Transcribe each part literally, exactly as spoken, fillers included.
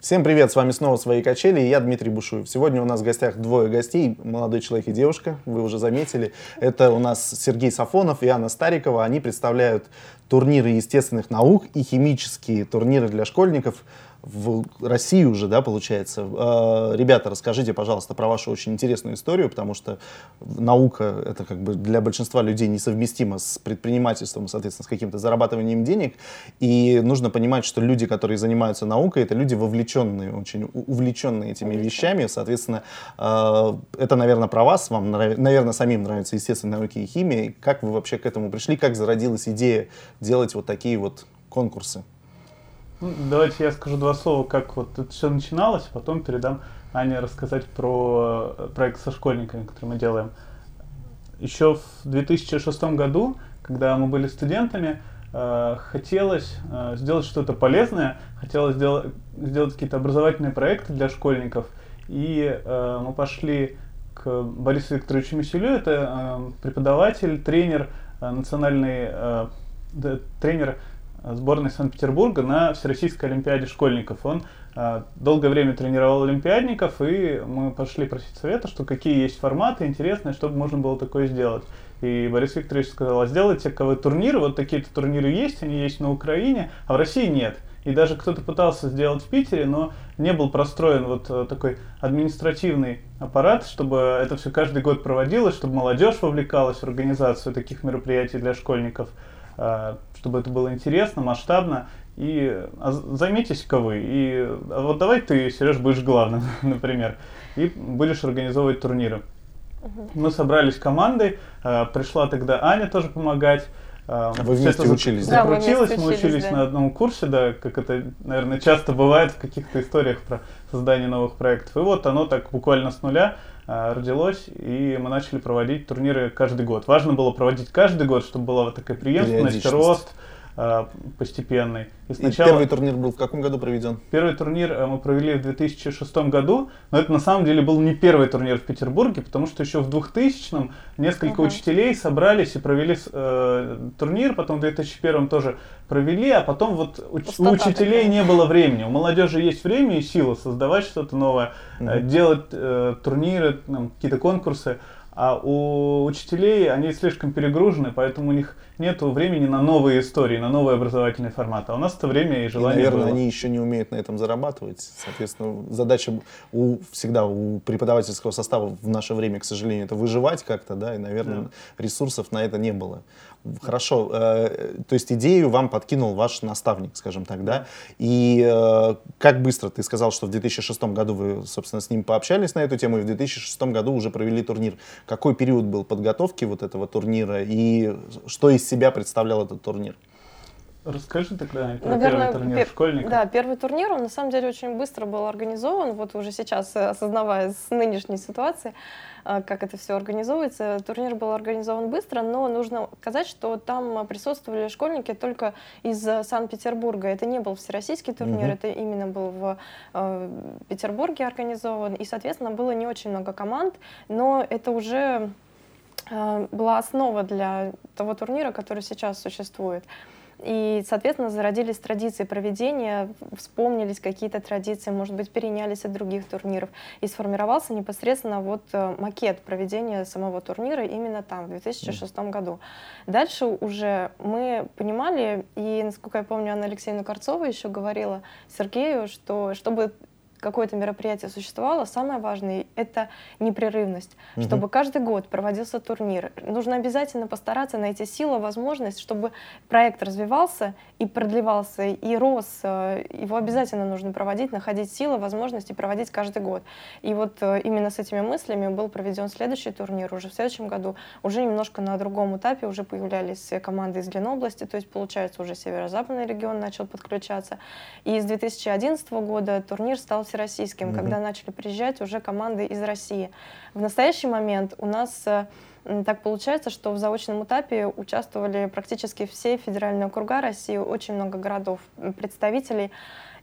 Всем привет, с вами снова «Свои качели» и я, Дмитрий Бушуев. Сегодня у нас в гостях двое гостей, молодой человек и девушка, вы уже заметили. Это у нас Сергей Сафонов и Анна Старикова. Они представляют турниры естественных наук и химические турниры для школьников в России уже, да, получается. Ребята, расскажите, пожалуйста, про вашу очень интересную историю, потому что наука — это как бы для большинства людей несовместимо с предпринимательством, соответственно, с каким-то зарабатыванием денег. И нужно понимать, что люди, которые занимаются наукой, это люди вовлеченные, очень увлеченные этими вещами. Соответственно, это, наверное, про вас. Вам, наверное, самим нравятся естественные науки и химия. Как вы вообще к этому пришли? Как зародилась идея делать вот такие вот конкурсы? Ну, давайте я скажу два слова, как вот это все начиналось, а потом передам Ане рассказать про проект со школьниками, который мы делаем. Еще в две тысячи шестом году, когда мы были студентами, э, хотелось э, сделать что-то полезное, хотелось сделать, сделать какие-то образовательные проекты для школьников. И э, мы пошли к Борису Викторовичу Мисюлю, это э, преподаватель, тренер, э, национальный э, да, тренер сборной Санкт-Петербурга на Всероссийской олимпиаде школьников. Он э, долгое время тренировал олимпиадников, и мы пошли просить совета, что какие есть форматы интересные, чтобы можно было такое сделать. И Борис Викторович сказал: а сделайте ка вэ-турниры, вот такие-то турниры есть, они есть на Украине, а в России нет. И даже кто-то пытался сделать в Питере, но не был простроен вот э, такой административный аппарат, чтобы это все каждый год проводилось, чтобы молодежь вовлекалась в организацию таких мероприятий для школьников, чтобы это было интересно, масштабно. И а займитесь-ка вы. И а вот давай ты, Сереж, будешь главным, например, и будешь организовывать турниры. Uh-huh. Мы собрались командой, пришла тогда Аня тоже помогать. А вы вместе это учились, да? Да, мы, учились, учились, мы учились да. на одном курсе, да, как это, наверное, часто бывает в каких-то историях про создание новых проектов. И вот оно так буквально с нуля а, родилось, и мы начали проводить турниры каждый год. Важно было проводить каждый год, чтобы была вот такая преемственность, рост а, постепенный. И, сначала... и первый турнир был в каком году проведен? Первый турнир а, мы провели в две тысячи шестом году, но это на самом деле был не первый турнир в Петербурге, потому что еще в двухтысячном несколько uh-huh. учителей собрались и провели э, турнир, потом в две тысячи первом тоже провели, а потом вот у, у учителей такая. Не было времени. У молодежи есть время и сила создавать что-то новое, uh-huh. делать э, турниры, ну, какие-то конкурсы. А у учителей они слишком перегружены, поэтому у них нет времени на новые истории, на новые образовательные форматы. А у нас это время и желание и, наверное, было. Они еще не умеют на этом зарабатывать. Соответственно, задача у, всегда у преподавательского состава в наше время, к сожалению, это выживать как-то, да, и, наверное, да. ресурсов на это не было. Хорошо, э, то есть идею вам подкинул ваш наставник, скажем так, да? И э, как быстро, ты сказал, что в две тысячи шестом году вы, собственно, с ним пообщались на эту тему, и в две тысячи шестом году уже провели турнир. Какой период был подготовки вот этого турнира, и что из себя представлял этот турнир? Расскажи тогда про Наверное, первый турнир пер... школьников. Да, первый турнир, он на самом деле очень быстро был организован, вот уже сейчас, осознавая с нынешней ситуации, как это все организовывается. Турнир был организован быстро, но нужно сказать, что там присутствовали школьники только из Санкт-Петербурга. Это не был всероссийский турнир, угу. это именно был в э, Петербурге организован, и, соответственно, было не очень много команд, но это уже э, была основа для того турнира, который сейчас существует. И, соответственно, зародились традиции проведения, вспомнились какие-то традиции, может быть, перенялись от других турниров. И сформировался непосредственно вот макет проведения самого турнира именно там, в две тысячи шестом году. Дальше уже мы понимали, и, насколько я помню, Анна Алексеевна Корцова еще говорила Сергею, что чтобы какое-то мероприятие существовало, самое важное — это непрерывность, угу. чтобы каждый год проводился турнир. Нужно обязательно постараться найти силу, возможность, чтобы проект развивался и продлевался, и рос. Его обязательно нужно проводить, находить силы, возможности проводить каждый год. И вот именно с этими мыслями был проведен следующий турнир уже в следующем году. Уже немножко на другом этапе уже появлялись команды из Ленобласти, то есть, получается, уже северо-западный регион начал подключаться. И с две тысячи одиннадцатого года турнир стал всероссийским, mm-hmm. когда начали приезжать уже команды из России. В настоящий момент у нас так получается, что в заочном этапе участвовали практически все федеральные округа России, очень много городов, представителей.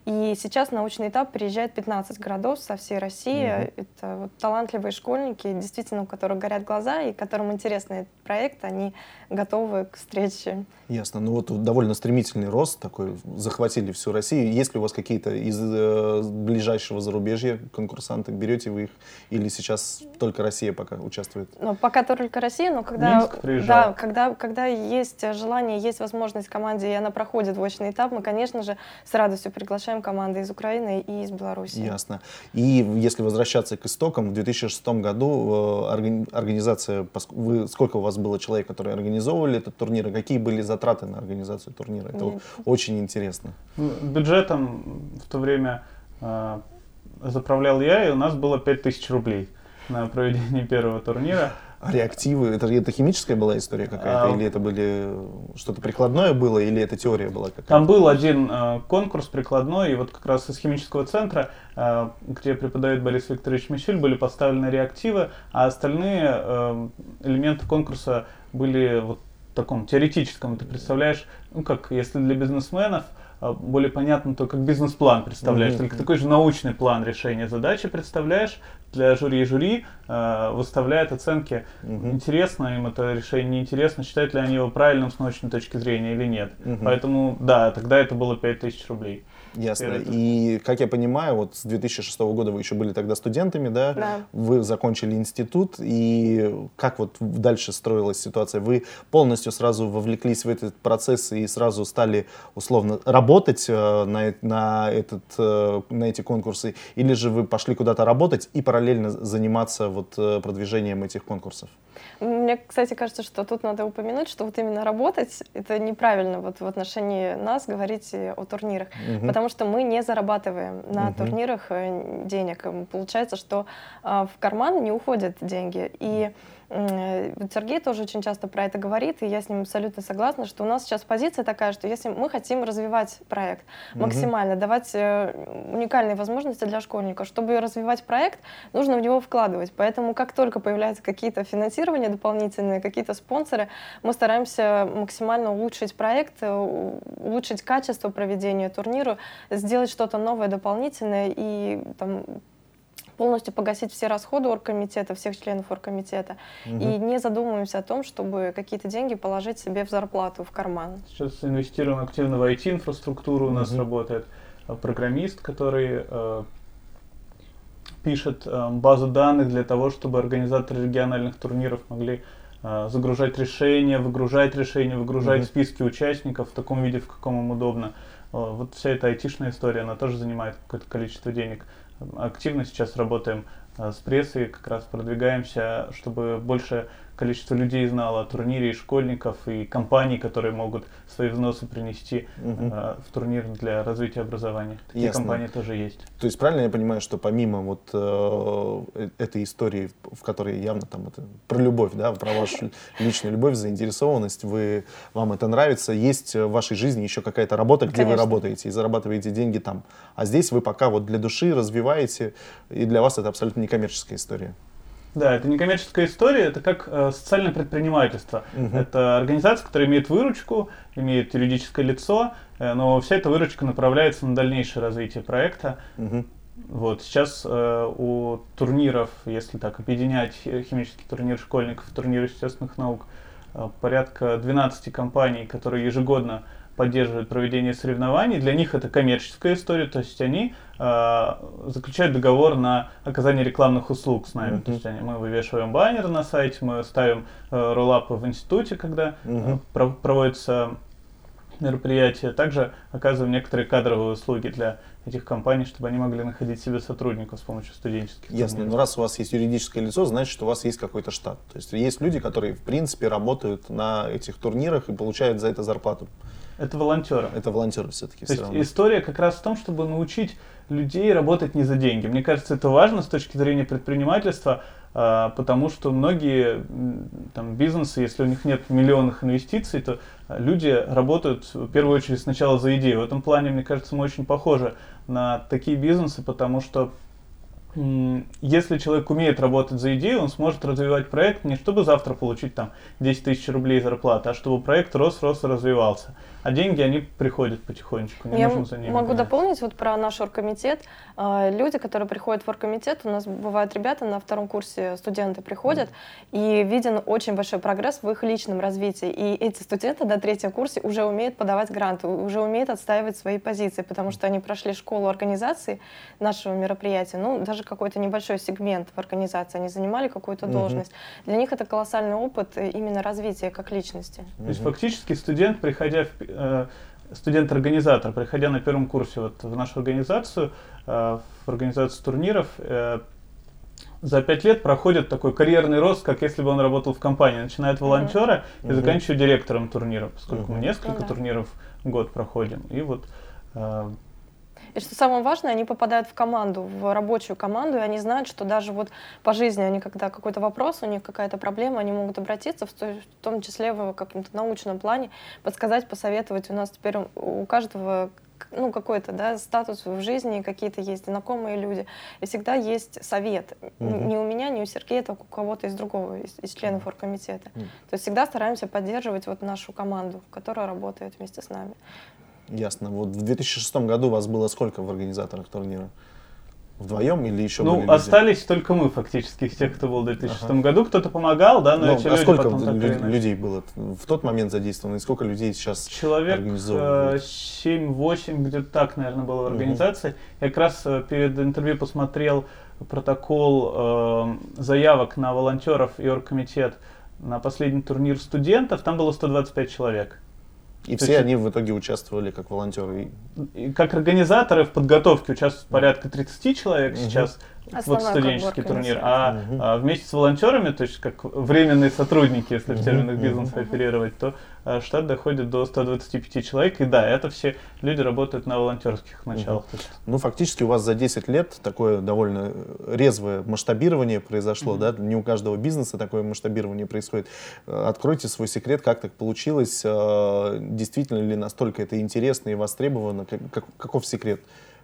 И сейчас на научный этап приезжает пятнадцать городов со всей России. Мгм. Это вот талантливые школьники, действительно, у которых горят глаза, и которым интересен этот проект, они готовы к встрече. Ясно. Ну вот довольно стремительный рост такой, захватили всю Россию. Есть ли у вас какие-то из э, ближайшего зарубежья конкурсанты? Берете вы их или сейчас только Россия пока участвует? Но пока только Россия, но когда, Минск приезжал. да, когда, когда есть желание, есть возможность команде, и она проходит очный этап, мы, конечно же, с радостью приглашаем команды из Украины и из Беларуси. Ясно. И если возвращаться к истокам, в две тысячи шестом году э, органи- организация, поск- вы, сколько у вас было человек, которые организовывали этот турнир, и какие были затраты на организацию турнира? Это Нет. очень интересно. Ну, бюджетом в то время э, заправлял я, и у нас было пять тысяч рублей на проведение первого турнира. А реактивы, это, это химическая была история какая-то, А, или это были что-то прикладное было, или это теория была какая-то? Там был один э, конкурс прикладной, и вот как раз из химического центра, э, где преподает Борис Викторович Мисюль, были поставлены реактивы, а остальные э, элементы конкурса были вот в таком теоретическом. Ты представляешь, ну как если для бизнесменов, э, более понятно, то как бизнес-план представляешь, Мгм. только такой же научный план решения задачи представляешь для жюри, и жюри э, выставляет оценки. Мгм. Интересно им это решение, неинтересно, считают ли они его правильным с научной точки зрения или нет. Мгм. Поэтому, да, тогда это было пять тысяч рублей. Ясно. Первый тур. И, как я понимаю, вот с две тысячи шестого года вы еще были тогда студентами, да? Да. Вы закончили институт, и как вот дальше строилась ситуация? Вы полностью сразу вовлеклись в этот процесс и сразу стали условно работать э, на, э- на, этот, э, на эти конкурсы? Или же вы пошли куда-то работать и параллельно заниматься вот, э, продвижением этих конкурсов? Мне, кстати, кажется, что тут надо упомянуть, что вот именно работать, это неправильно вот в отношении нас говорить о турнирах, Мгм. потому что мы не зарабатываем на Мгм. турнирах э, денег. М, Получается, что а, в карман не уходят деньги. И м, вот Сергей тоже очень часто про это говорит, и я с ним абсолютно согласна, что у нас сейчас позиция такая, что если мы хотим развивать проект Мгм. максимально, давать э, уникальные возможности для школьников, чтобы развивать проект, нужно в него вкладывать. Поэтому как только появляются какие-то финансирования дополнительные, какие-то спонсоры, мы стараемся максимально улучшить проект, э, у- улучшить качество проведения турнира, сделать что-то новое, дополнительное и там, полностью погасить все расходы оргкомитета, всех членов оргкомитета. Мгм. И не задумываемся о том, чтобы какие-то деньги положить себе в зарплату, в карман. Сейчас инвестируем активно в ай ти-инфраструктуру, у нас Мгм. работает э, программист, который э, пишет э, базу данных для того, чтобы организаторы региональных турниров могли э, загружать решения, выгружать решения, выгружать Мгм. списки участников в таком виде, в каком им удобно. Э, Вот вся эта айтишная история, она тоже занимает какое-то количество денег. Активно сейчас работаем э, с прессой, как раз продвигаемся, чтобы большее количество людей знало о турнире, и школьников, и компаний, которые могут свои взносы принести Мгм. э, в турнир для развития образования. Такие Ясно. компании тоже есть. То есть правильно я понимаю, что помимо вот э, э- этой истории, в которой явно там это про любовь, да, про вашу личную любовь, заинтересованность, вы, вам это нравится, есть в вашей жизни еще какая-то работа, где вы Конечно. работаете и зарабатываете деньги там. А здесь вы пока вот для души развиваете, и для вас это абсолютно некоммерческая история. Да, это не коммерческая история, это как э, социальное предпринимательство. Мгм. Это организация, которая имеет выручку, имеет юридическое лицо, э, но вся эта выручка направляется на дальнейшее развитие проекта. Мгм. Вот, сейчас э, у турниров, если так объединять хи- химический турнир школьников, турнир естественных наук, э, порядка двенадцати компаний, которые ежегодно поддерживают проведение соревнований. Для них это коммерческая история, то есть они э, заключают договор на оказание рекламных услуг с нами. Мгм. То есть они, мы вывешиваем баннеры на сайте, мы ставим э, роллапы в институте, когда э, Мгм. про- проводятся мероприятия. Также оказываем некоторые кадровые услуги для этих компаний, чтобы они могли находить себе сотрудников с помощью студенческих Ясно. турниров. Но раз у вас есть юридическое лицо, значит, что у вас есть какой-то штат. То есть есть люди, которые, в принципе, работают на этих турнирах и получают за это зарплату. Это волонтеры. Это волонтеры все-таки То все есть равно. история как раз в том, чтобы научить людей работать не за деньги. Мне кажется, это важно с точки зрения предпринимательства, а, потому что многие м, там, бизнесы, если у них нет миллионных инвестиций, то а, люди работают в первую очередь сначала за идею. В этом плане, мне кажется, мы очень похожи на такие бизнесы, потому что Если человек умеет работать за идею, он сможет развивать проект не чтобы завтра получить там десять тысяч рублей зарплаты, а чтобы проект рос, рос и развивался. А деньги, они приходят потихонечку, не Я нужно за ними могу гнать. дополнить вот про наш оргкомитет. Люди, которые приходят в оргкомитет, у нас бывают ребята на втором курсе, студенты приходят, mm. и виден очень большой прогресс в их личном развитии. И эти студенты на третьем курсе уже умеют подавать гранты, уже умеют отстаивать свои позиции, потому что они прошли школу организации нашего мероприятия, ну, даже какой-то небольшой сегмент в организации, они занимали какую-то mm-hmm. должность. Для них это колоссальный опыт именно развития как личности. Mm-hmm. То есть фактически студент, приходя в э, студент-организатор, приходя на первом курсе вот в нашу организацию, э, в организацию турниров, э, за пять лет проходит такой карьерный рост, как если бы он работал в компании. Начинает волонтера mm-hmm. и заканчивает директором турнира, поскольку mm-hmm. мы несколько mm-hmm. турниров в год проходим. И вот э, И что самое важное, они попадают в команду, в рабочую команду, и они знают, что даже вот по жизни, они когда какой-то вопрос, у них какая-то проблема, они могут обратиться, в том числе в каком-то научном плане, подсказать, посоветовать. У нас теперь у каждого ну, какой-то да, статус в жизни, какие-то есть знакомые люди, и всегда есть совет. Mm-hmm. Не у меня, не у Сергея, только у кого-то из другого, из, из членов оргкомитета. Mm-hmm. То есть всегда стараемся поддерживать вот нашу команду, которая работает вместе с нами. Ясно. Вот в две тысячи шестом году у вас было сколько в организаторах турнира? Вдвоем или еще ну, были люди? Остались только мы фактически, из тех, кто был в две тысячи шестом ага. году. Кто-то помогал, да, но ну, эти а люди сколько потом так лю- или иначе. людей было в тот момент задействовано? И сколько людей сейчас Человек организовывают? семь-восемь, где-то так, наверное, было в организации. Угу. Я как раз перед интервью посмотрел протокол э, заявок на волонтеров и оргкомитет на последний турнир студентов. Там было сто двадцать пять человек. И То все есть, они в итоге участвовали как волонтеры? И как организаторы в подготовке участвуют порядка тридцать человек угу. сейчас. Вот студенческий турнир, а, угу. а вместе с волонтерами, то есть как временные сотрудники, если угу. в терминах бизнеса оперировать, то а, штат доходит до ста двадцати пяти человек, и да, это все люди работают на волонтерских началах. Угу. Ну, фактически у вас за десять лет такое довольно резвое масштабирование произошло, угу. да, не у каждого бизнеса такое масштабирование происходит. Откройте свой секрет, как так получилось, действительно ли настолько это интересно и востребовано, как, каков секрет?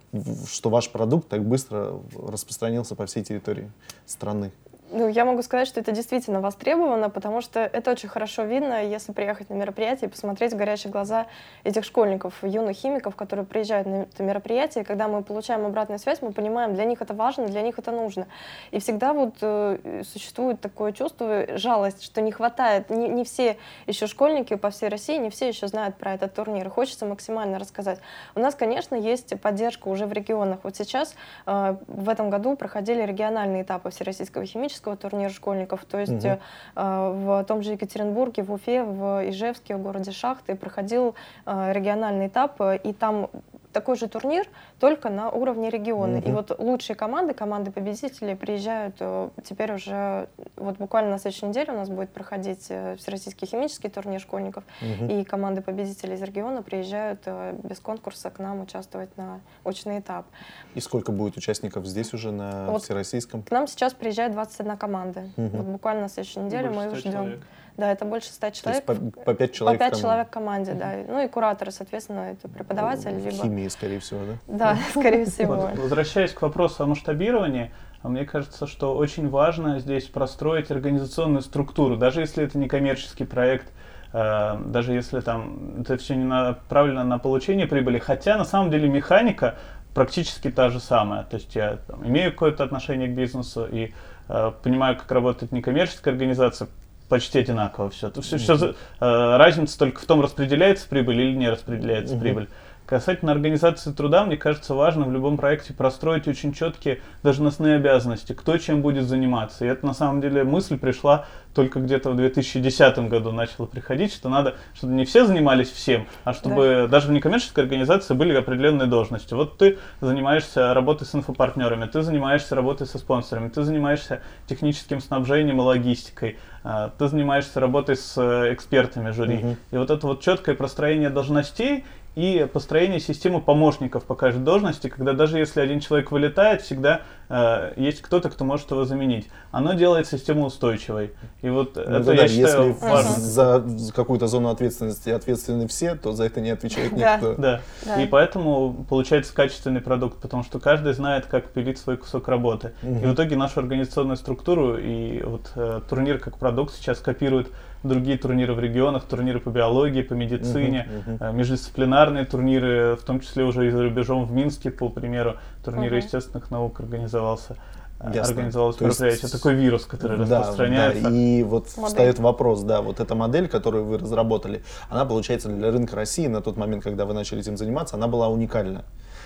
Что ваш продукт так быстро распространился по всей территории страны? Ну, я могу сказать, что это действительно востребовано, потому что это очень хорошо видно, если приехать на мероприятие и посмотреть в горящие глаза этих школьников, юных химиков, которые приезжают на это мероприятие. И когда мы получаем обратную связь, мы понимаем, для них это важно, для них это нужно. И всегда вот э, существует такое чувство, жалость, что не хватает. Не, не все еще школьники по всей России, не все еще знают про этот турнир. Хочется максимально рассказать. У нас, конечно, есть поддержка уже в регионах. Вот сейчас э, в этом году проходили региональные этапы Всероссийского химического турнира школьников, то есть угу. э, в том же Екатеринбурге, в Уфе, в Ижевске, в городе Шахты проходил э, региональный этап, и там такой же турнир, только на уровне региона. Угу. И вот лучшие команды, команды победителей приезжают э, теперь уже, вот буквально на следующей неделе у нас будет проходить э, Всероссийский химический турнир школьников, угу. и команды победителей из региона приезжают э, без конкурса к нам участвовать на очный этап. И сколько будет участников здесь уже на вот Всероссийском? К нам сейчас приезжает двадцать одна команда. Угу. Вот буквально на следующей неделе больше мы их ждем. Человек. Да, это больше ста человек. То есть по, по пять человек по пять в человек в команде, да. Ну и кураторы, соответственно, это преподаватель. В либо... химии, скорее всего, да? Да, скорее всего. Вот, возвращаясь к вопросу о масштабировании, мне кажется, что очень важно здесь простроить организационную структуру, даже если это не коммерческий проект, э, даже если там это все не направлено на получение прибыли, хотя на самом деле механика практически та же самая. То есть я там, имею какое-то отношение к бизнесу и э, понимаю, как работает некоммерческая организация, почти одинаково все. То все, все э, разница только в том, распределяется прибыль или не распределяется mm-hmm. прибыль. Касательно организации труда, мне кажется, важно в любом проекте простроить очень четкие должностные обязанности, кто чем будет заниматься. И это на самом деле мысль пришла только где-то в две тысячи десятом году начала приходить, что надо, чтобы не все занимались всем, а чтобы да. даже в некоммерческой организации были определенные должности. Вот ты занимаешься работой с инфопартнерами, ты занимаешься работой со спонсорами, ты занимаешься техническим снабжением и логистикой, ты занимаешься работой с экспертами жюри. Угу. И вот это вот четкое простроение должностей и построение системы помощников по каждой должности, когда даже если один человек вылетает, всегда э, есть кто-то, кто может его заменить. Оно делает систему устойчивой. И вот ну, это, да, я да, считаю, если важно. за, за какую-то зону ответственности ответственны все, то за это не отвечает никто. Да. Да. И поэтому получается качественный продукт, потому что каждый знает, как пилить свой кусок работы. Угу. И в итоге нашу организационную структуру и вот э, турнир как продукт сейчас копирует другие турниры в регионах, турниры по биологии, по медицине, uh-huh, uh-huh. междисциплинарные турниры, в том числе уже и за рубежом в Минске, по примеру, турниры uh-huh. естественных наук организовался. Ясно. Организовалось То мероприятие. Есть... Такой вирус, который да, распространяется. Да, и вот модель. Встает вопрос, да, вот эта модель, которую вы разработали, она, получается, для рынка России на тот момент, когда вы начали этим заниматься, она была уникальна.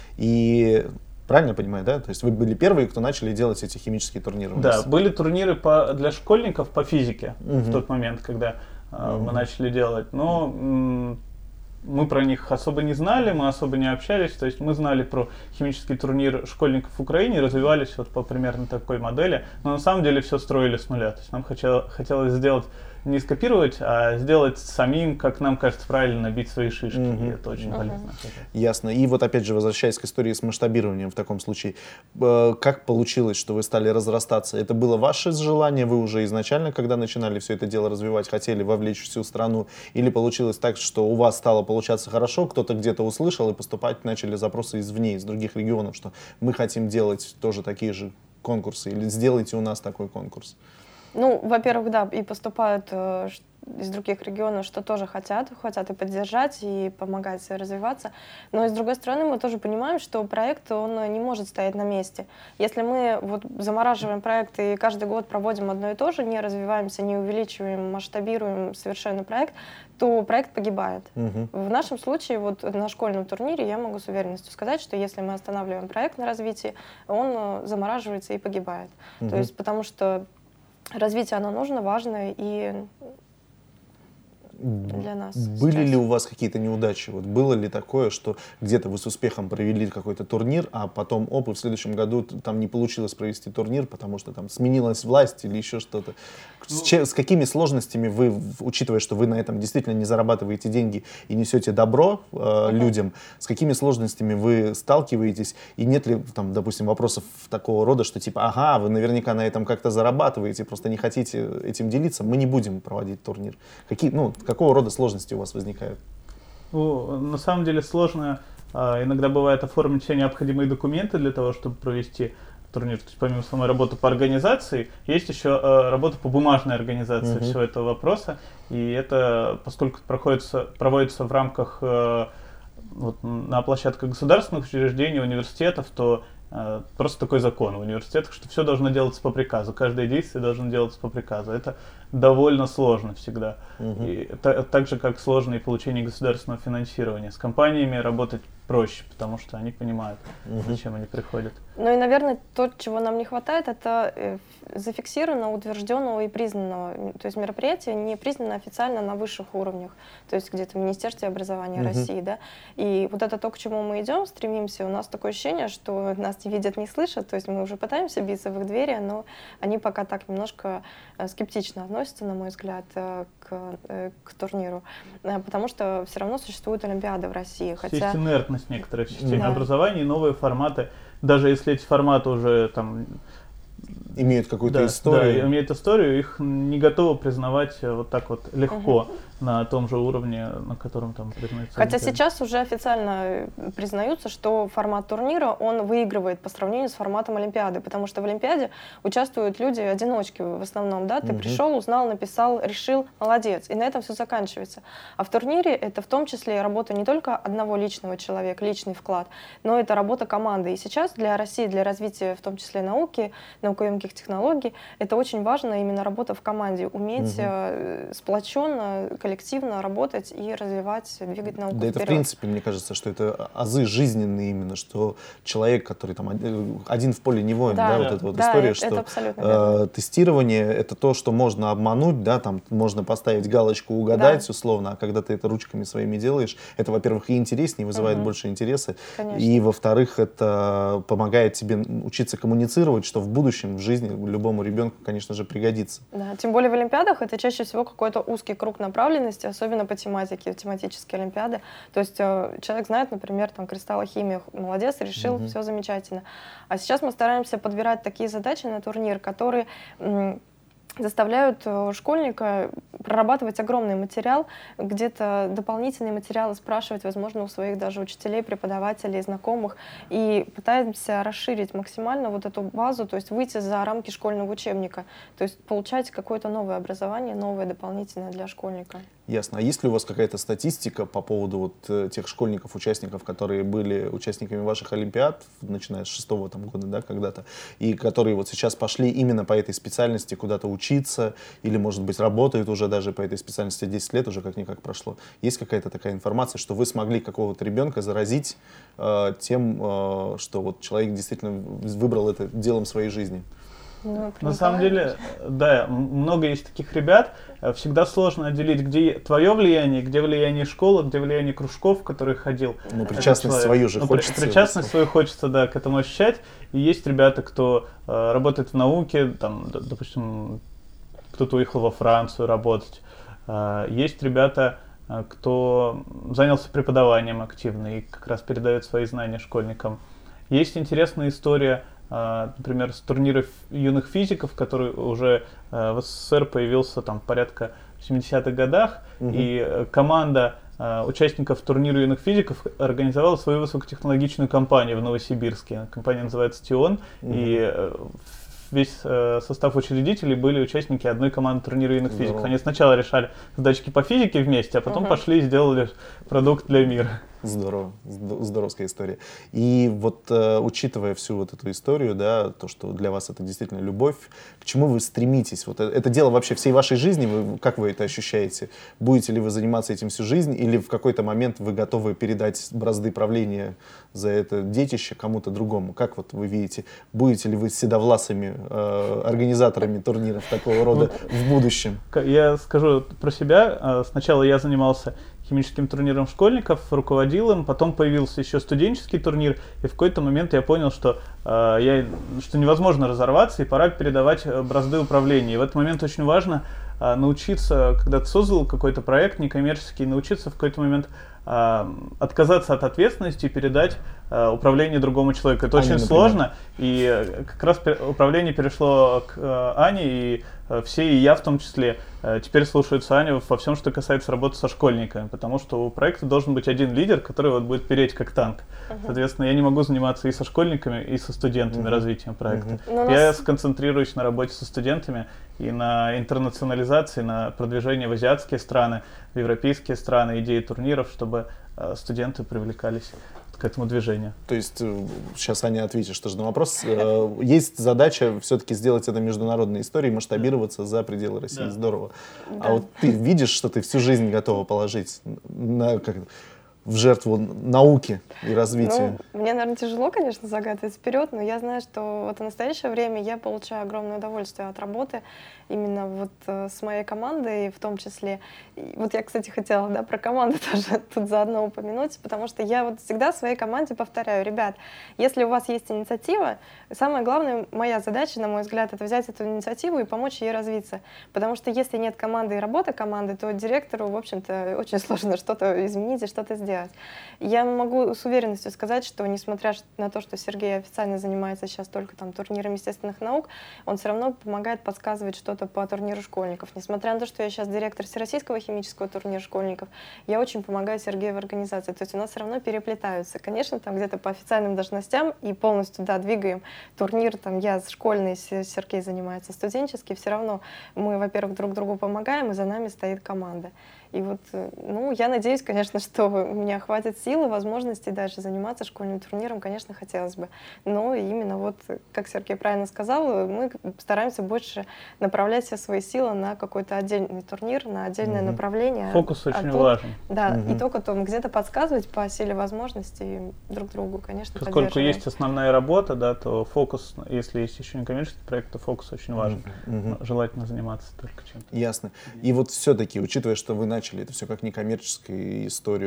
И правильно понимаю, да? То есть вы были первые, кто начали делать эти химические турниры? Да, были турниры по, для школьников по физике угу. в тот момент, когда э, угу. мы начали делать. Но м- мы про них особо не знали, мы особо не общались. То есть мы знали про химический турнир школьников в Украине, развивались вот по примерно такой модели. Но на самом деле все строили с нуля. То есть нам хотел, хотелось сделать не скопировать, а сделать самим, как нам кажется правильно, набить свои шишки. Mm-hmm. И это очень mm-hmm. полезно. Ясно. И вот опять же, возвращаясь к истории с масштабированием в таком случае, как получилось, что вы стали разрастаться? Это было ваше желание? Вы уже изначально, когда начинали все это дело развивать, хотели вовлечь всю страну? Или получилось так, что у вас стало получаться хорошо, кто-то где-то услышал и поступать начали запросы извне, из других регионов, что мы хотим делать тоже такие же конкурсы, или сделайте у нас такой конкурс? Ну, во-первых, да, и поступают э, из других регионов, что тоже хотят, хотят и поддержать, и помогать развиваться. Но, с другой стороны, мы тоже понимаем, что проект, он не может стоять на месте. Если мы вот замораживаем проект и каждый год проводим одно и то же, не развиваемся, не увеличиваем, масштабируем совершенно проект, то проект погибает. Угу. В нашем случае, вот на школьном турнире, я могу с уверенностью сказать, что если мы останавливаем проект на развитии, он замораживается и погибает. Угу. То есть, потому что развитие, оно нужно, важно и для нас. Были сейчас. ли у вас какие-то неудачи? Вот было ли такое, что где-то вы с успехом провели какой-то турнир, а потом, оп, и в следующем году там не получилось провести турнир, потому что там сменилась власть или еще что-то? С, че, с какими сложностями вы, учитывая, что вы на этом действительно не зарабатываете деньги и несете добро э, uh-huh. людям, с какими сложностями вы сталкиваетесь? И нет ли, там, допустим, вопросов такого рода, что типа, ага, вы наверняка на этом как-то зарабатываете, просто не хотите этим делиться, мы не будем проводить турнир. Какие, ну, какого рода сложности у вас возникают? Ну, на самом деле сложно. А, иногда бывает оформить все необходимые документы для того, чтобы провести турнир. То есть помимо самой работы по организации, есть еще а, работа по бумажной организации uh-huh. всего этого вопроса. И это, поскольку проходится, проводится в рамках а, вот, на площадках государственных учреждений, университетов, то Uh, просто такой закон в университетах, что все должно делаться по приказу, каждое действие должно делаться по приказу. Это довольно сложно всегда. Uh-huh. И это так же, как сложно и получение государственного финансирования. С компаниями работать проще, потому что они понимают, uh-huh. зачем они приходят. Ну и, наверное, то, чего нам не хватает, это зафиксированного, утвержденного и признанного. То есть мероприятие не признано официально на высших уровнях, то есть где-то в Министерстве образования uh-huh. России. Да? И вот это то, к чему мы идем, стремимся. У нас такое ощущение, что нас не видят, не слышат, то есть мы уже пытаемся биться в их двери, но они пока так немножко скептично относятся, на мой взгляд, к, к турниру, потому что все равно существуют олимпиады в России. Хотя... Есть инертность некоторая в системе да. образования, и новые форматы, даже если эти форматы уже там имеют какую-то да, историю. Да, имеют историю, их не готовы признавать вот так вот легко угу. на том же уровне, на котором там признается. Хотя сейчас уже официально признаются, что формат турнира, он выигрывает по сравнению с форматом Олимпиады, потому что в Олимпиаде участвуют люди-одиночки в основном, да, ты угу. пришел, узнал, написал, решил, молодец, и на этом все заканчивается. А в турнире это в том числе работа не только одного личного человека, личный вклад, но это работа команды. И сейчас для России, для развития в том числе науки, наукоемких технологий, это очень важно, именно работа в команде, уметь угу. сплоченно, коллективно работать и развивать, двигать науку Да вперед. Это в принципе, мне кажется, что это азы жизненные именно, что человек, который там один в поле не воин, да, да, да. вот эта вот да, история, это, что это абсолютно верно. э, тестирование это то, что можно обмануть, да, там можно поставить галочку, угадать да. условно, а когда ты это ручками своими делаешь, это, во-первых, и интереснее, вызывает угу. больше интереса, Конечно. И, во-вторых, это помогает тебе учиться коммуницировать, что в будущем, в жизни любому ребенку, конечно же, пригодится. Да, тем более в Олимпиадах это чаще всего какой-то узкий круг направленности, осведомленности, особенно по тематике, тематические олимпиады. То есть э, человек знает, например, там кристаллохимия, молодец, решил, mm-hmm. все замечательно. А сейчас мы стараемся подбирать такие задачи на турнир, которые м, заставляют школьника прорабатывать огромный материал, где-то дополнительные материалы спрашивать, возможно, у своих даже учителей, преподавателей, знакомых, и пытаемся расширить максимально вот эту базу, то есть выйти за рамки школьного учебника, то есть получать какое-то новое образование, новое дополнительное для школьника. Ясно. А есть ли у вас какая-то статистика по поводу вот тех школьников, участников, которые были участниками ваших олимпиад, начиная с шестого там, года, да, когда-то, и которые вот сейчас пошли именно по этой специальности куда-то учиться, или, может быть, работают уже даже по этой специальности десять лет уже как-никак прошло? Есть какая-то такая информация, что вы смогли какого-то ребенка заразить э, тем, э, что вот человек действительно выбрал это делом своей жизни? Ну, на самом деле, да, много есть таких ребят. Всегда сложно отделить, где твое влияние, где влияние школы, где влияние кружков, в которые ходил. Ну, причастность свою же ну, хочется. Причастность свою хочется, да, к этому ощущать. И есть ребята, кто э, работает в науке, там, допустим, кто-то уехал во Францию работать. Э, есть ребята, э, кто занялся преподаванием активно и как раз передает свои знания школьникам. Есть интересная история, например, с турнира юных физиков, который уже в СССР появился там порядка в семидесятых годах, угу. и команда участников турнира юных физиков организовала свою высокотехнологичную компанию в Новосибирске. Компания называется «Тион», угу. и весь состав учредителей были участники одной команды турнира юных Здорово. физиков. Они сначала решали задачки по физике вместе, а потом угу. пошли и сделали продукт для мира. Здорово, здоровская история. И вот э, учитывая всю вот эту историю, да, то, что для вас это действительно любовь, к чему вы стремитесь? Вот это, это дело вообще всей вашей жизни, вы, как вы это ощущаете? Будете ли вы заниматься этим всю жизнь, или в какой-то момент вы готовы передать бразды правления за это детище кому-то другому? Как вот вы видите, будете ли вы седовласыми э, организаторами турниров такого рода в будущем? Я скажу про себя. Сначала я занимался химическим турниром школьников, руководил им, потом появился еще студенческий турнир, и в какой-то момент я понял, что, э, я, что невозможно разорваться, и пора передавать бразды управления. И в этот момент очень важно э, научиться, когда ты создал какой-то проект некоммерческий, научиться в какой-то момент э, отказаться от ответственности и передать э, управление другому человеку. Это Ане, очень например. сложно, и как раз управление перешло к э, Ане, и э, все, и я в том числе, э, теперь слушаются Аню во всем, что касается работы со школьниками, потому что у проекта должен быть один лидер, который вот будет переть как танк. Uh-huh. Соответственно, я не могу заниматься и со школьниками, и со студентами uh-huh. развитием проекта. Uh-huh. Я нас... сконцентрируюсь на работе со студентами и на интернационализации, на продвижении в азиатские страны, в европейские страны, идеи турниров, чтобы э, студенты привлекались к этому движению. То есть, сейчас Аня ответишь тоже на вопрос. Есть задача все-таки сделать это международной историей, масштабироваться за пределы России. Да. Здорово. Да. А вот ты видишь, что ты всю жизнь готова положить на, как, в жертву науки и развитию? Ну, мне, наверное, тяжело, конечно, загадывать вперед, но я знаю, что вот в настоящее время я получаю огромное удовольствие от работы именно вот э, с моей командой в том числе. И вот я, кстати, хотела, да, про команду тоже тут заодно упомянуть, потому что я вот всегда своей команде повторяю: ребят, если у вас есть инициатива, самое главное, моя задача, на мой взгляд, это взять эту инициативу и помочь ей развиться. Потому что если нет команды и работы команды, то директору, в общем-то, очень сложно что-то изменить и что-то сделать. Я могу с уверенностью сказать, что несмотря на то, что Сергей официально занимается сейчас только там турниром естественных наук, он все равно помогает подсказывать что-то по турниру школьников. Несмотря на то, что я сейчас директор Всероссийского химического турнира школьников, я очень помогаю Сергею в организации. То есть у нас все равно переплетаются. Конечно, там где-то по официальным должностям и полностью, да, двигаем турнир. Там я школьный, Сергей занимается студенческий. Все равно мы, во-первых, друг другу помогаем, и за нами стоит команда. И вот, ну, я надеюсь, конечно, что у меня хватит силы, возможностей дальше заниматься школьным турниром, конечно, хотелось бы. Но именно вот, как Сергей правильно сказал, мы стараемся больше направлять все свои силы на какой-то отдельный турнир, на отдельное mm-hmm. направление. Фокус а, очень а тут, важен. Да, mm-hmm. и только там где-то подсказывать по силе возможностей друг другу, конечно, Поскольку есть основная работа, да, то фокус, если есть еще некоммерческий проект, то фокус очень важен. Mm-hmm. Желательно заниматься только чем-то. Ясно. И вот все-таки, учитывая, что вы начали это все как некоммерческую историю,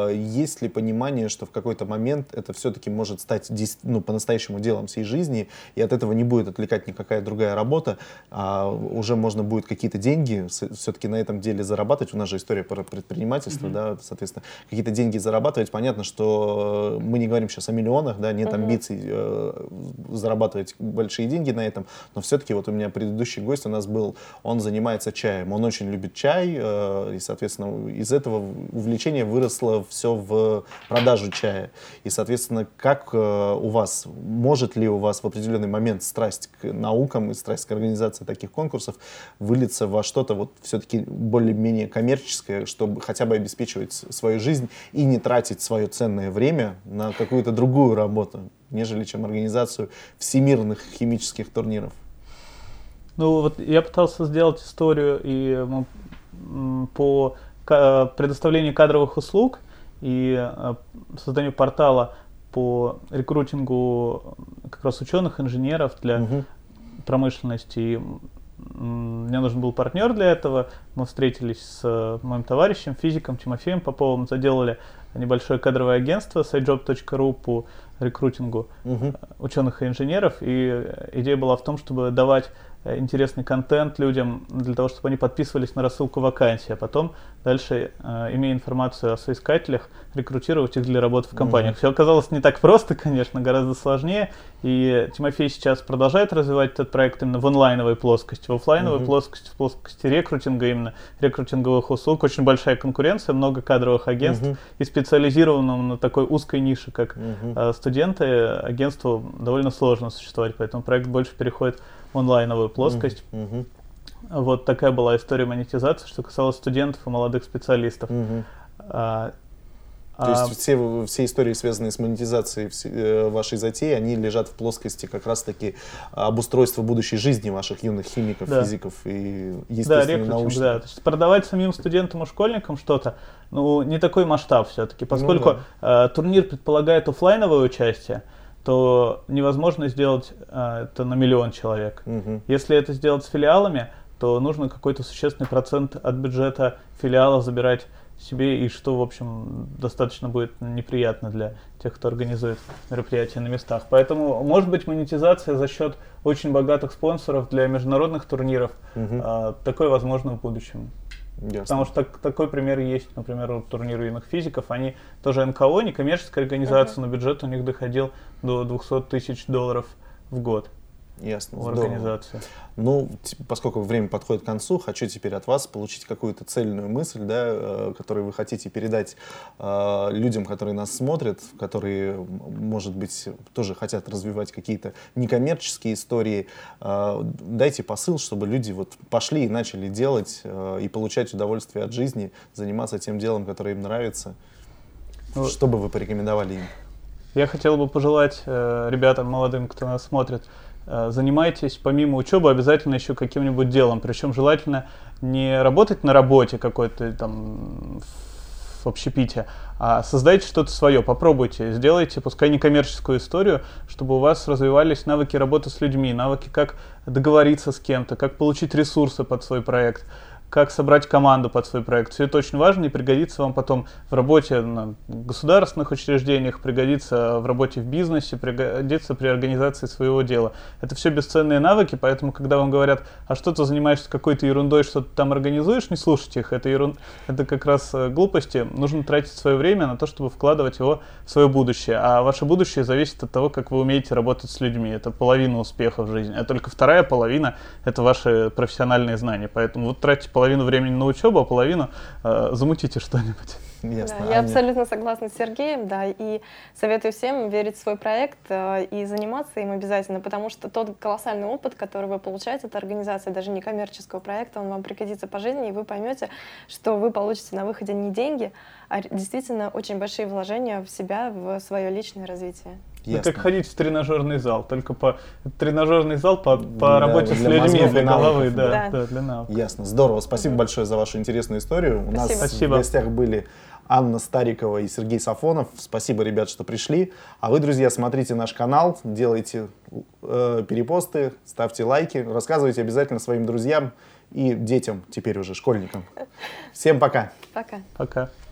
есть ли понимание, что в какой-то момент это все-таки может стать ну, по-настоящему делом всей жизни, и от этого не будет отвлекать никакая другая работа, а уже можно будет какие-то деньги все-таки на этом деле зарабатывать. У нас же история про предпринимательство, mm-hmm. да, соответственно, какие-то деньги зарабатывать. Понятно, что мы не говорим сейчас о миллионах, да, нет mm-hmm. амбиций э, зарабатывать большие деньги на этом, но все-таки вот у меня предыдущий гость у нас был, он занимается чаем, он очень любит чай, э, и, соответственно, из этого увлечения выросло все в продажу чая. И, соответственно, как э, у вас, может ли у вас в определенный момент страсть к наукам и страсть к организации таких конкурсов вылиться во что-то вот все-таки более-менее коммерческое, чтобы хотя бы обеспечивать свою жизнь и не тратить свое ценное время на какую-то другую работу, нежели чем организацию всемирных химических турниров? Ну вот я пытался сделать историю и м, по к, предоставлению кадровых услуг и э, созданию портала по рекрутингу как раз ученых, инженеров для угу. промышленности. И, м, мне нужен был партнер для этого. Мы встретились с моим товарищем, физиком Тимофеем Поповым, заделали небольшое кадровое агентство сайджоб точка ру по рекрутингу угу. ученых и инженеров. И идея была в том, чтобы давать интересный контент людям для того, чтобы они подписывались на рассылку вакансий, а потом дальше, э, имея информацию о соискателях, рекрутировать их для работы в компаниях. Mm-hmm. Все оказалось не так просто, конечно, гораздо сложнее. И Тимофей сейчас продолжает развивать этот проект именно в онлайновой плоскости. В офлайновой mm-hmm. плоскости, в плоскости рекрутинга, именно рекрутинговых услуг, очень большая конкуренция, много кадровых агентств. Mm-hmm. И специализированным на такой узкой нише, как mm-hmm. э, студенты, агентству довольно сложно существовать, поэтому проект больше переходит онлайновую плоскость. Uh-huh. Вот такая была история монетизации, что касалось студентов и молодых специалистов. Uh-huh. А, То а... есть все, все истории, связанные с монетизацией все, вашей затеи, они лежат в плоскости как раз-таки обустройства будущей жизни ваших юных химиков, да. физиков и естественно да, научных. Да, то есть продавать самим студентам и школьникам что-то, ну, не такой масштаб все-таки, поскольку ну, да. э, турнир предполагает офлайновое участие, то невозможно сделать а, это на миллион человек. Uh-huh. Если это сделать с филиалами, то нужно какой-то существенный процент от бюджета филиала забирать себе, и что, в общем, достаточно будет неприятно для тех, кто организует мероприятия на местах. Поэтому, может быть, монетизация за счет очень богатых спонсоров для международных турниров, uh-huh. а, такое возможно в будущем. Ясно. Потому что так, такой пример есть, например, у турнира юных физиков. Они тоже эн ка о, не коммерческая организация, uh-huh. но бюджет у них доходил до двухсот тысяч долларов в год. Ясно, у организации. Ну, поскольку время подходит к концу, хочу теперь от вас получить какую-то цельную мысль, да, которую вы хотите передать э, людям, которые нас смотрят, которые, может быть, тоже хотят развивать какие-то некоммерческие истории. Э, дайте посыл, чтобы люди вот пошли и начали делать э, и получать удовольствие от жизни, заниматься тем делом, которое им нравится. Ну, что бы вы порекомендовали им? Я хотел бы пожелать э, ребятам молодым, кто нас смотрит, занимайтесь помимо учебы обязательно еще каким-нибудь делом, причем желательно не работать на работе какой-то там в общепите, а создайте что-то свое, попробуйте, сделайте, пускай не коммерческую историю, чтобы у вас развивались навыки работы с людьми, навыки, как договориться с кем-то, как получить ресурсы под свой проект, как собрать команду под свой проект. Все это очень важно и пригодится вам потом в работе на государственных учреждениях, пригодится в работе в бизнесе, пригодится при организации своего дела. Это все бесценные навыки, поэтому, когда вам говорят, а что ты занимаешься какой-то ерундой, что ты там организуешь, не слушайте их. Это, ерун... это как раз глупости. Нужно тратить свое время на то, чтобы вкладывать его в свое будущее. А ваше будущее зависит от того, как вы умеете работать с людьми. Это половина успеха в жизни. А только вторая половина — это ваши профессиональные знания. Поэтому вот тратьте половину половину времени на учебу, а половину э, замутите что-нибудь. Ясно. Да, я абсолютно согласна с Сергеем, да, и советую всем верить в свой проект э, и заниматься им обязательно, потому что тот колоссальный опыт, который вы получаете от организации, даже не коммерческого проекта, он вам пригодится по жизни, и вы поймете, что вы получите на выходе не деньги, а действительно очень большие вложения в себя, в свое личное развитие. Ну, как ходить в тренажерный зал, только по тренажерный зал по, по для, работе для с людьми, мозгов, для головы, да, да. Да, для навыков. Ясно, здорово. Спасибо mm-hmm. большое за вашу интересную историю. У Спасибо. нас Спасибо. в гостях были Анна Старикова и Сергей Сафонов. Спасибо, ребят, что пришли. А вы, друзья, смотрите наш канал, делайте э, перепосты, ставьте лайки, рассказывайте обязательно своим друзьям и детям, теперь уже школьникам. Всем пока. Пока. Пока.